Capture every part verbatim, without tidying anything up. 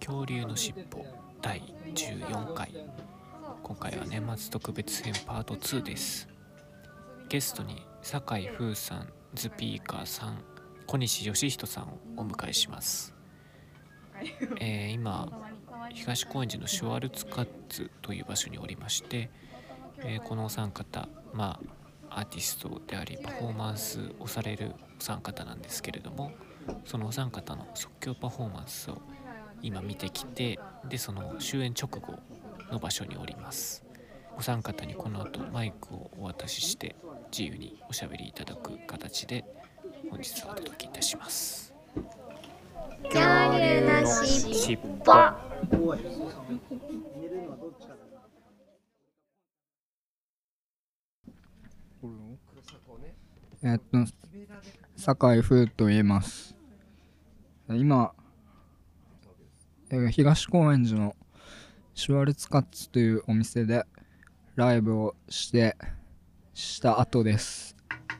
恐竜のしっぽだいじゅうよんかい。今回は年末特別編パートツーです。ゲストに酒井風さん、ズピーカーさん、小西義人さんをお迎えします。えー、今東高円寺のシュワルツカッツという場所におりまして、えー、このお三方、まあアーティストでありパフォーマンスをされるお三方なんですけれども、そのお三方の即興パフォーマンスを今見てきて、でその終演直後の場所におります。お三方にこの後マイクをお渡しして自由におしゃべりいただく形で本日はお届けいたします。 恐竜のしっぽ。 えっと酒井風と言います。今東高円寺のシュワルツカッツというお店でライブをしてした後です。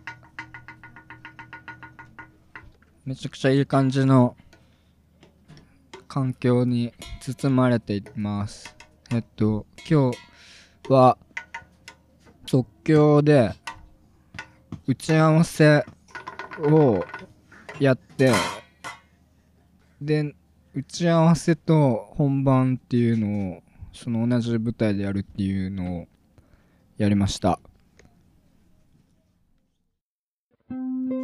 めちゃくちゃいい感じの環境に包まれています。えっと今日は即興で打ち合わせをやって、で打ち合わせと本番っていうのをその同じ舞台でやるっていうのをやりました。 名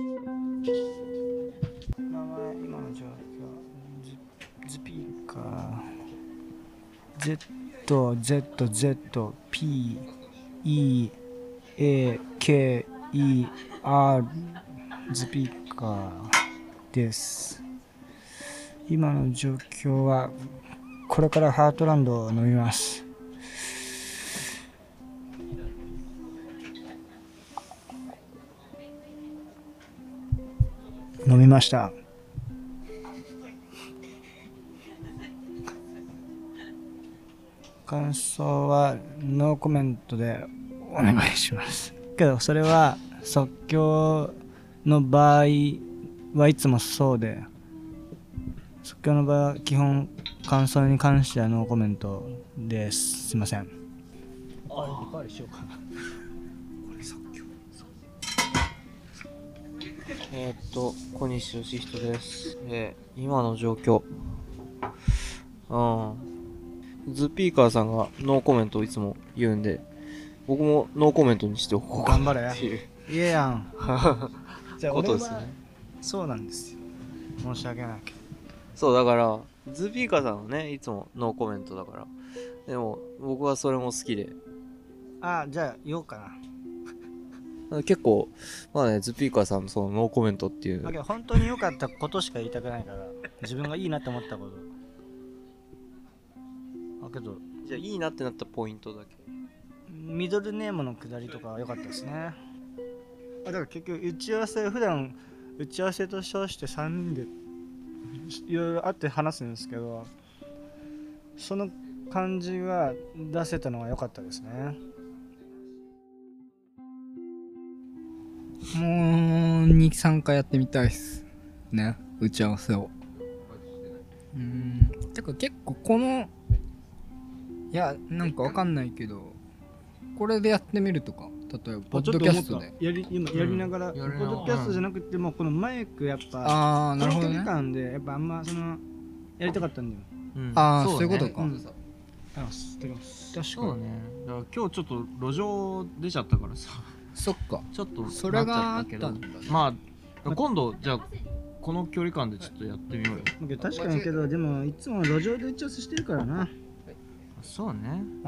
前今の状況ズピーカー ゼットゼットゼットピーイーエーケーイーアール ズピーカーです。今の状況はこれからハートランドを飲みます。飲みました。感想はノーコメントでお願いします。けどそれは即興の場合はいつもそうで、即興の場合は基本感想に関してはノーコメントです。すいません。あ、リカーリしようかな。これ即興。 えー、っと小西義人です。えー、今の状況、うんズピーカーさんがノーコメントをいつも言うんで、僕もノーコメントにしておこうかなっていういややん。じゃあことですね。 そうなんですよ。申し訳ないけど。 そうだからズピーカーさんはねいつもノーコメントだから、でも僕はそれも好きで、 あ、じゃあ言おうかな。 結構まあねズピーカーさんのそのノーコメントっていう、 だけど本当に良かったことしか言いたくないから、自分がいいなって思ったこと。だけどじゃあいいなってなったポイントだけ。 ミドルネームのくだりとかは良かったですね。あ、だから結局打ち合わせ、普段打ち合わせと称してさんにんでいろいろ会って話すんですけど、その感じが出せたのが良かったですね。 もうに、さんかいやってみたいっすね、打ち合わせを。うーんてか結構このいやなんかわかんないけど、これでやってみるとか、例えばポッドキャストでやり今やりながら、 うん、 ポッドキャストじゃなくてもこのマイクやっぱああなるほどね。 この距離感でやっぱあんまそのやりたかったんだよ。 うん、 ああそう,、 ね、 いうことか。 うん、あ、知ってます。確かに。 そうだね。だから今日ちょっと路上出ちゃったからさ。 そっか。 ちょっとそれがあなっちゃったんだね。 まあ今度じゃあこの距離感でちょっとやってみようよ。 確かにけど、でもいつも路上で打ち合わせしてるからな、 そうね。 うん。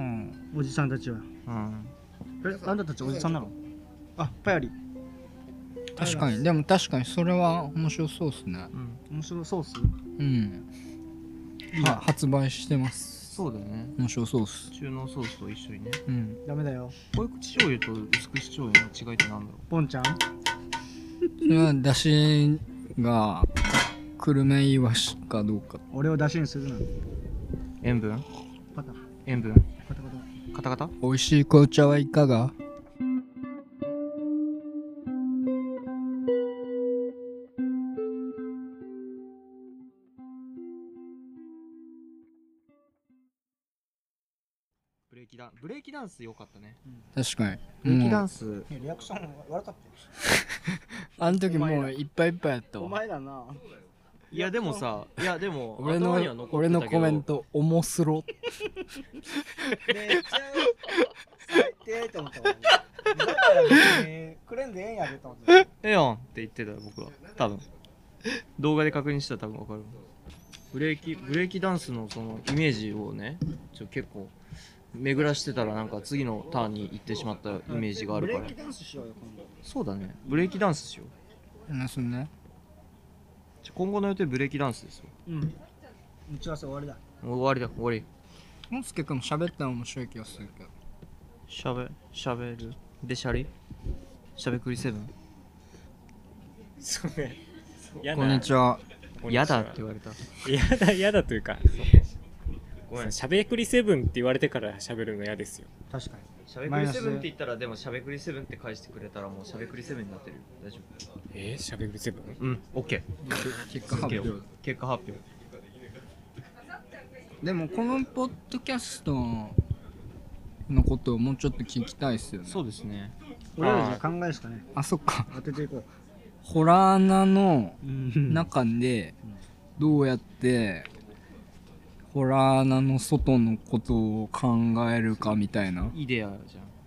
おじさんたちは。 うん。 え、あんたたちおじさんなの？あ、パヤリ。 確かに、でも確かにそれは面白そうっすね。 うん。 面白ソース？ うん。は発売してます。 そうだよね。 面白そうっす。 中濃ソースと一緒にね。 うん。 ダメだよ。 濃い口醤油と薄口醤油の違いってなんだろポンちゃん？ それはだしが久留米イワシかどうか。 俺を出しにするな。 う。塩分？ パタ塩分？ パタパタ。 カタカタ？ 美味しい紅茶はいかが？ ブレーキダンブレーキダンス良かったね。 確かにブレーキダもうンスリアクション悪かったよ。 あの時もういっぱいいっぱいやったおわ。 前らな。 いやでもさいやでも俺の頭には残ってたけど俺のコメント面白めっちゃ最低と思ったもんね。だから別にくれんでええんやでと思って。 ええやんって言ってたよ僕は多分動画で確認したら多分わかる。ブレーキブレーキダンスのそのイメージをねちょ結構巡らしてたらなんか次のターンに行ってしまったイメージがあるからブレーキダンスしようよ今度。 そうだねブレーキダンスしよう。 なすんね。 じゃ今後の予定ブレーキダンスですよ。 うん。打ち合わせ終わりだ。 もう終わりだ終わり。 もすけくんも喋ったら面白い気がするけど。 しゃべしゃべるでしゃりしゃべくりセブンそうね。やこんにちは。 やだって言われた。 やだ、やだというか、ごめん、しゃべくりセブンって言われてからしゃべるの嫌ですよ。 確かに。 しゃべくりセブンって言ったらでもしゃべくりセブンって返してくれたらもうしゃべくりセブンになってるよ。大丈えー、しゃべくりセブン夫。うんオッケ結果発ー。 表。 結果発表。 でもこのポッドキャストのことをもうちょっと聞きたいっすよね。 そうですね。 俺らじゃ考えるしかね。 あ、そっか。 当てていこホラー穴のう。うん中でどうやってホラー穴の外のことを考えるかみたいな。 イデアじゃん。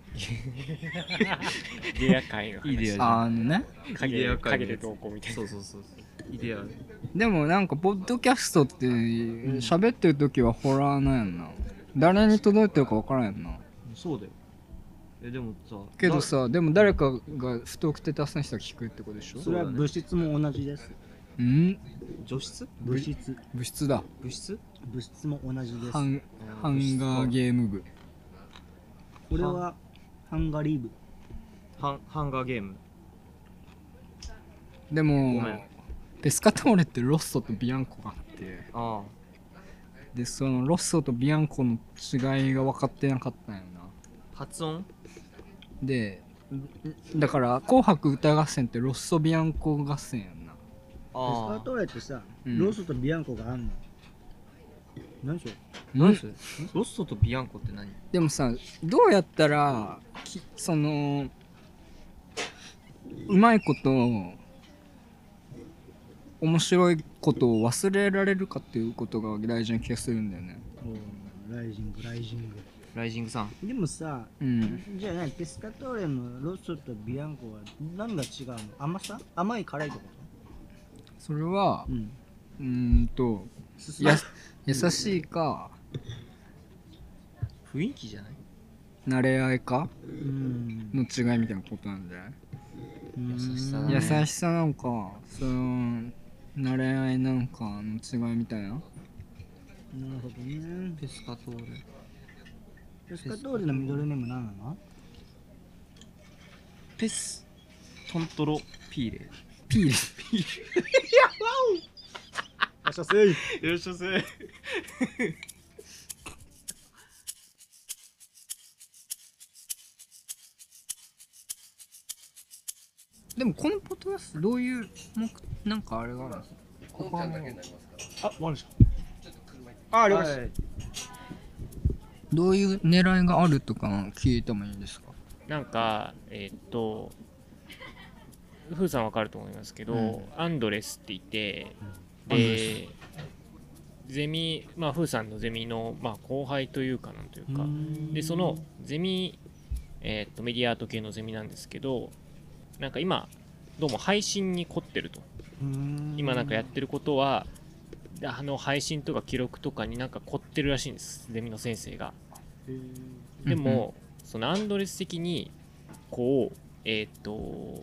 イデア界の話。 イデアじゃん。 あのね。 影イデア界の影でやつどうこうみたいな。 そうそうそうそう。イデア。 でもなんかポッドキャストって喋ってる時はホラー穴やんな。誰に届いてるか分からんやんな。 そうだよ。えでもさ。 けどさ、でも誰かが不特定多数の人が聞くってことでしょ。 それは物質も同じです。 ん除湿物質。 物質だ。 物質物質も同じですハ。ンハンガーゲーム部。 これはハンガリー部。 ハンハンガーゲーム。 でもごめんペスカトーレってロッソとビアンコがあってああ。 でそのロッソとビアンコの違いが分かってなかったんやな。 発音でだから「紅白歌合戦」ってロッソビアンコ合戦やんな。 ペスあカトーレってさ、 うんロースとビアンコがあんの。何それ？ うん何それロッソとビアンコって何？ でもさどうやったらきそのうまいこと面白いことを忘れられるかっていうことが大事な気がするんだよね。 おーライジングライジンライジングさん。 グ。でもさ、 うんじゃあ何ペスカトーレのロースとビアンコは何が違うの？甘さ？甘い辛いってこそれはと？うん。 うーんと進めや優しいか雰囲気じゃない？ 慣れ合いかうん。 の違いみたいなことなんじゃない？ 優しさだ優ねしさなんかその慣れ合いなんかの違いみたいな。 なるほどね。 ペスカトーレ。 ペスカトーレのミドルネーム何なの？ ペストントロピーレ。 ピールあしゃせい。 よっしゃせ。 でもこのポッドキャストどういう目なんかあれがあるんですか？ あ、わかりました。あ、了解です。 どういう狙いがあるとか聞いてもいいですか？ なんか、えーっと、ふうさんわかると思いますけど、 うんアンドレスって言って、 アンドレで、ゼミ、まあ、ふうさんのゼミの、まあ、後輩というかなんというか、で、そのゼミ、えーっと、メディアアート系のゼミなんですけど、なんか今、どうも配信に凝ってると。今なんかやってることは、あの配信とか記録とかになんか凝ってるらしいんです、ゼミの先生が。でも、そのアンドレス的にこうえっ、と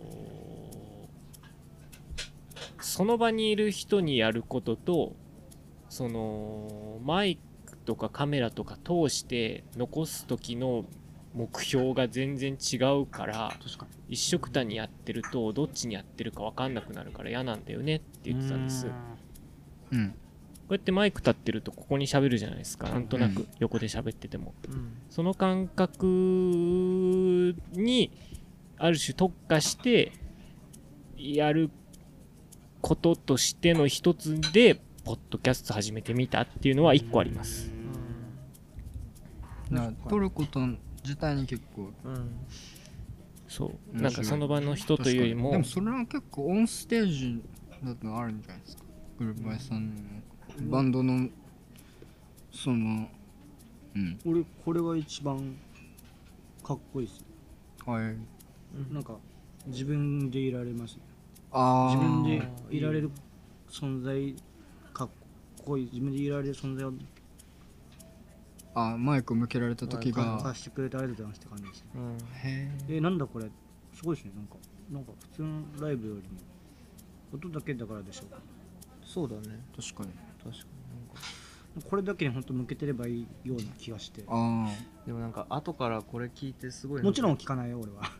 その場にいる人にやることとそのマイクとかカメラとか通して残す時の目標が全然違うから一緒くたにやってるとどっちにやってるか分かんなくなるから嫌なんだよねって言ってたんです。 うんこうやってマイク立ってるとここに喋るじゃないですか、なんとなく横で喋ってても、その感覚にある種特化してやることとしての一つでポッドキャスト始めてみたっていうのは一個あります。 な撮ること自体に結構うんそう面白いなんかその場の人というよりもでもそれは結構オンステージだとあるんじゃないですか。グループバイさんのバンドのそのうん俺これが一番かっこいいですね。 はいなんか自分でいられますね。 あ自分でーいられる存在かっこいい。自分でいられる存在をあマイクを向けられた時が貸してくれてありがとうございますって感じですね。 うんへええなんだこれすごいですね。なんかなんか普通のライブよりも音だけだからでしょうか。 そうだね確かに確かにこれだけに本当向けてればいいような気がして。 あでもなんか後からこれ聞いてすごいもちろんん聞かないよ俺は。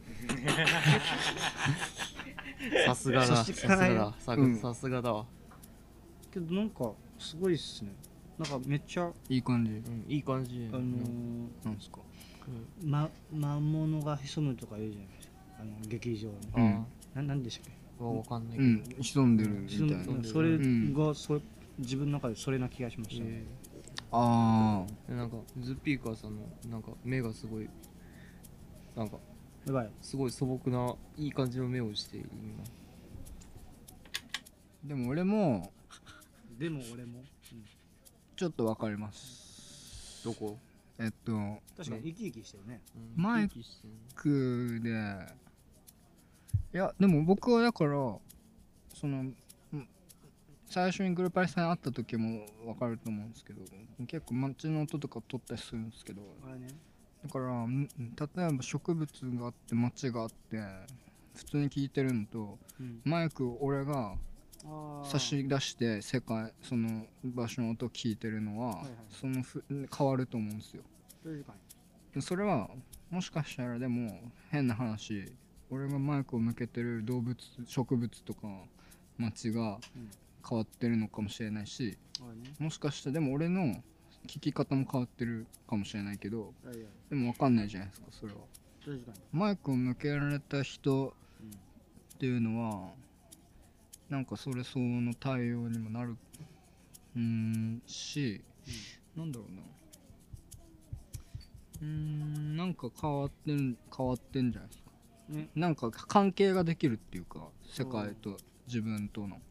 さすがださすそして聞かないがださうんさすがだわけどなんかすごいっすね。なんかめっちゃいい感じうんいい感じあのー、 なんですかま魔物が潜むとか言うじゃないですか。あの劇場に。 あうんななんでしたっけ？ あわかんないけどうん潜んでるみたいな潜んでるそれうんがそれ自分の中でそれな気がしましたね。 えあーでなんかズピーカーさんのなんか目がすごいなんかやばい。 すごい素朴ないい感じの目をしているーでも俺もでも俺も、 ちょっとわかりますどこえっと確かに生き生きしてるね。 うんマイ生き生きしてるクでいやでも僕はだからそのん最初にグループアイさんに会った時も分かると思うんですけど結構街の音とか撮ったりするんですけどあれね。 だからん例えば植物があって街があって普通に聴いてるのとうん。 マイクを俺があー差し出して世界その場所の音を聞いてるのは、 はいはいそのふ変わると思うんですよ。 確かでそれはもしかしたらでも変な話俺がマイクを向けてる動物植物とか街がうん変わってるのかもしれないし、 に。あれね。 もしかしてでも俺の聞き方も変わってるかもしれないけどいやいやでも分かんないじゃないですかそれは。 確かに。 マイクを向けられた人っていうのはなんかそれ相応の対応にもなるうーんし、なんだろうなうーんなんか変わってん変わってんじゃないですか、 ねなんか関係ができるっていうか世界と自分との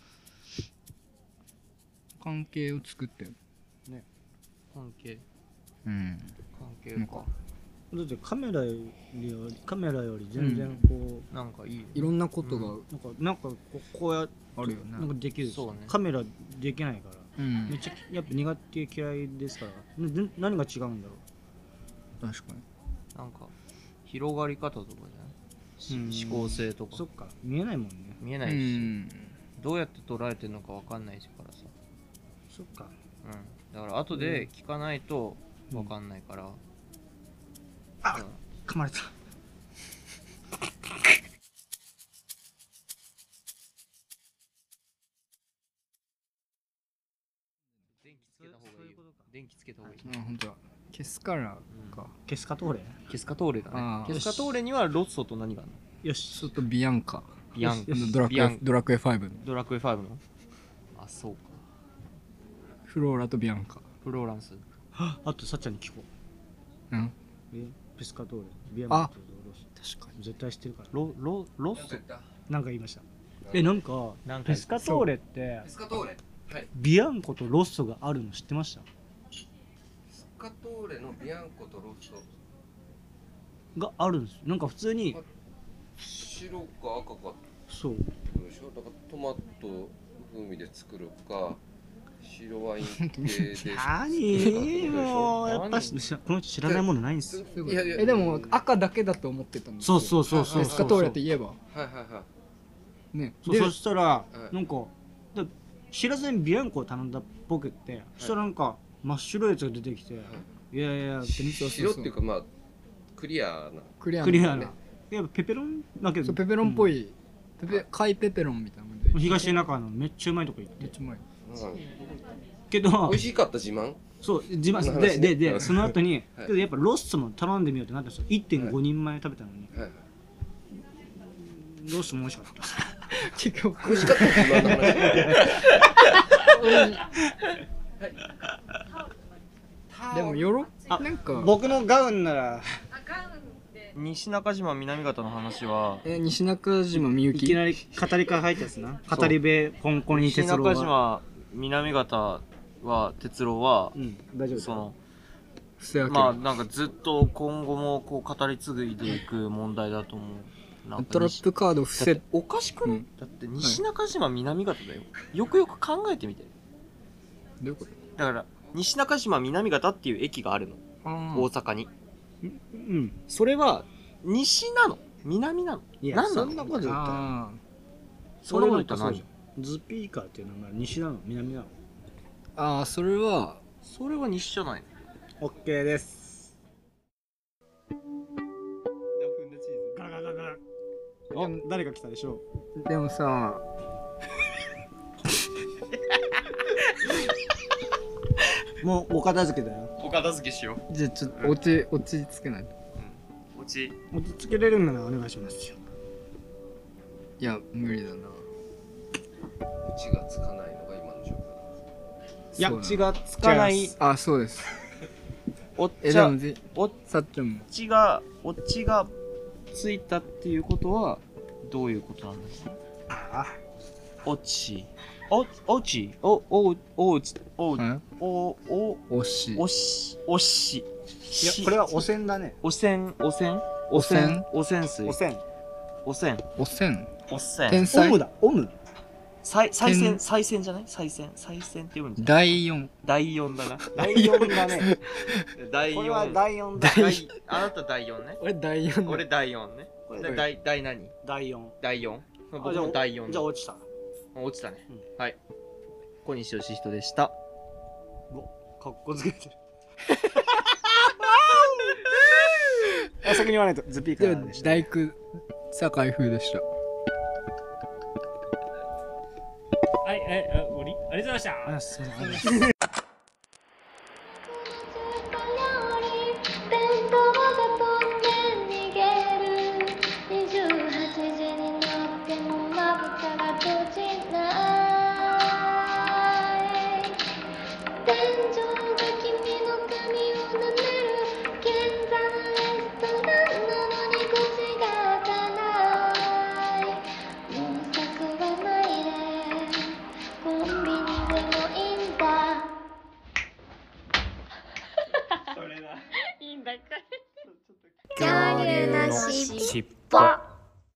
関係を作ってる関係うん関係なんかかだってカメラよりカメラより全然こなんかいいいろんなことがう、なんかなんかこうこうやあるよなんかねできるんですよそうねカメラできないからうんめっちゃやっぱ苦手嫌いですからなな何が違うんだろ確かになんか広がり方とかじゃないし思考性とかうそっか見えないもんねう見えないしんどうやって捉えてるのかわかんないしからさそっかうんだから後で聞かないとわかんないからあうん噛まれた電気つけた方がいいよそういうことか電気つけた方がいいあ本当だ消すからかケスカトーレケスカトーレだあーねケスカトーレにはロッソと何があるのよしちょっとビアンカビアンドラクビアンエドラクエファイブのドラクエファイブのあそうかフローラとビアンカフローランスあとさっちゃんに聞こううんえペスカトーレビアンカとロス確か絶対知ってるからロロロッソなんか言いましたえなんかなんかペスカトーレってスカトーレビアンコとロッソがあるの知ってましたスカトーレのビアンコとロッソがあるんですよなんか普通に白か赤かそうでしょだからトマト風味で作るか白ワイン系で何もうやっぱしこの人知らないものないんですよいやいやえでも赤だけだと思ってたんですそうそうそうそうエスカトーレって言えばはいはいはいねでそうそしたらいなんかだ知らずにビアンコを頼んだっぽくってそしたらなんか真っ白いやつが出てきていやいやって見て白っていうかまあクリアなクリアなクリアなやっぱペペロンだけどそうペペロンっぽいいペペ貝ペペロンみたいな感じで東中野めっちゃうまいとこ行ってめっちゃうまいうんけど美味しかった自慢そう自慢その話ででうんでその後にはいけどやっぱロッソも頼んでみようってなったんですよいってんごにんまえ食べたのにはいはいロッソも美味しかったです結局美味しかった自慢の話でもよろあなんか僕のガウンなら西中島南方の話はえ西中島みゆきいきなり語りから入ったやつな。語り部ポンコリ西哲郎は。 中島南方は哲郎はうん、大丈夫。 その布施明まあなんかずっと今後もこう語り継いでいく問題だと思う。なんかトラップカード伏せだっておかしくない、 うんだって西中島南方だよ、よくよく考えてみて。 どういうことだから西中島南方っていう駅があるの、 あ大阪に。 うん。 それは西なの南なのいや、そ何なのんなこと言ったら。 あそんなこと言ったら何そうじゃん。ズピーカーっていうのが西なの南なの。 あーそれはそれは西じゃないの。 オッケーです。ガラガラガラガラ。あ、誰か来たでしょでもさう。もうお片付けだよ。 お片付けしよじゃあちょっと落ち落ち着けないとう。落ち落ち着けれるならお願いしますよ。 いや無理だなオチがつかないのが今の状況なんです。 いや、 そうだ血がつかない。 あそうですお茶えでもぜおさっちゃんもちがおちがついたっていうことはどういうことなんですか。 あおちおおちおおおちおえおお惜しいおしおしいや、これは汚染だね。 汚染汚染汚染汚染水汚染。 汚染汚染汚染天才オムだ、オム。 再再選天再選じゃない再選再選って読むんじゃない。 だいよん第四だな。 第四だね。 第これは四第四だ。 第あなた第四ね。 俺だいよん俺第四ね。 これで第第何第四。 第四僕あじゃあも第四じゃあ落ちた。 落ちたね、 うんはい。小西義人でした。 かっこつけてる。あ、先に言わないと。ズピーカでもーでした。 大工酒井風でしたはい、え、あ、終わりありがとうございました。 あ、すみません。ありがとうございます。 弁当が飛んで逃げるにじゅうはちじになってもまぶたが閉じない天井が君の髪を舐める銀座のレストランなのに口が開かないもう策はないでコンビニでもいいんだいいんだか恐竜の尻尾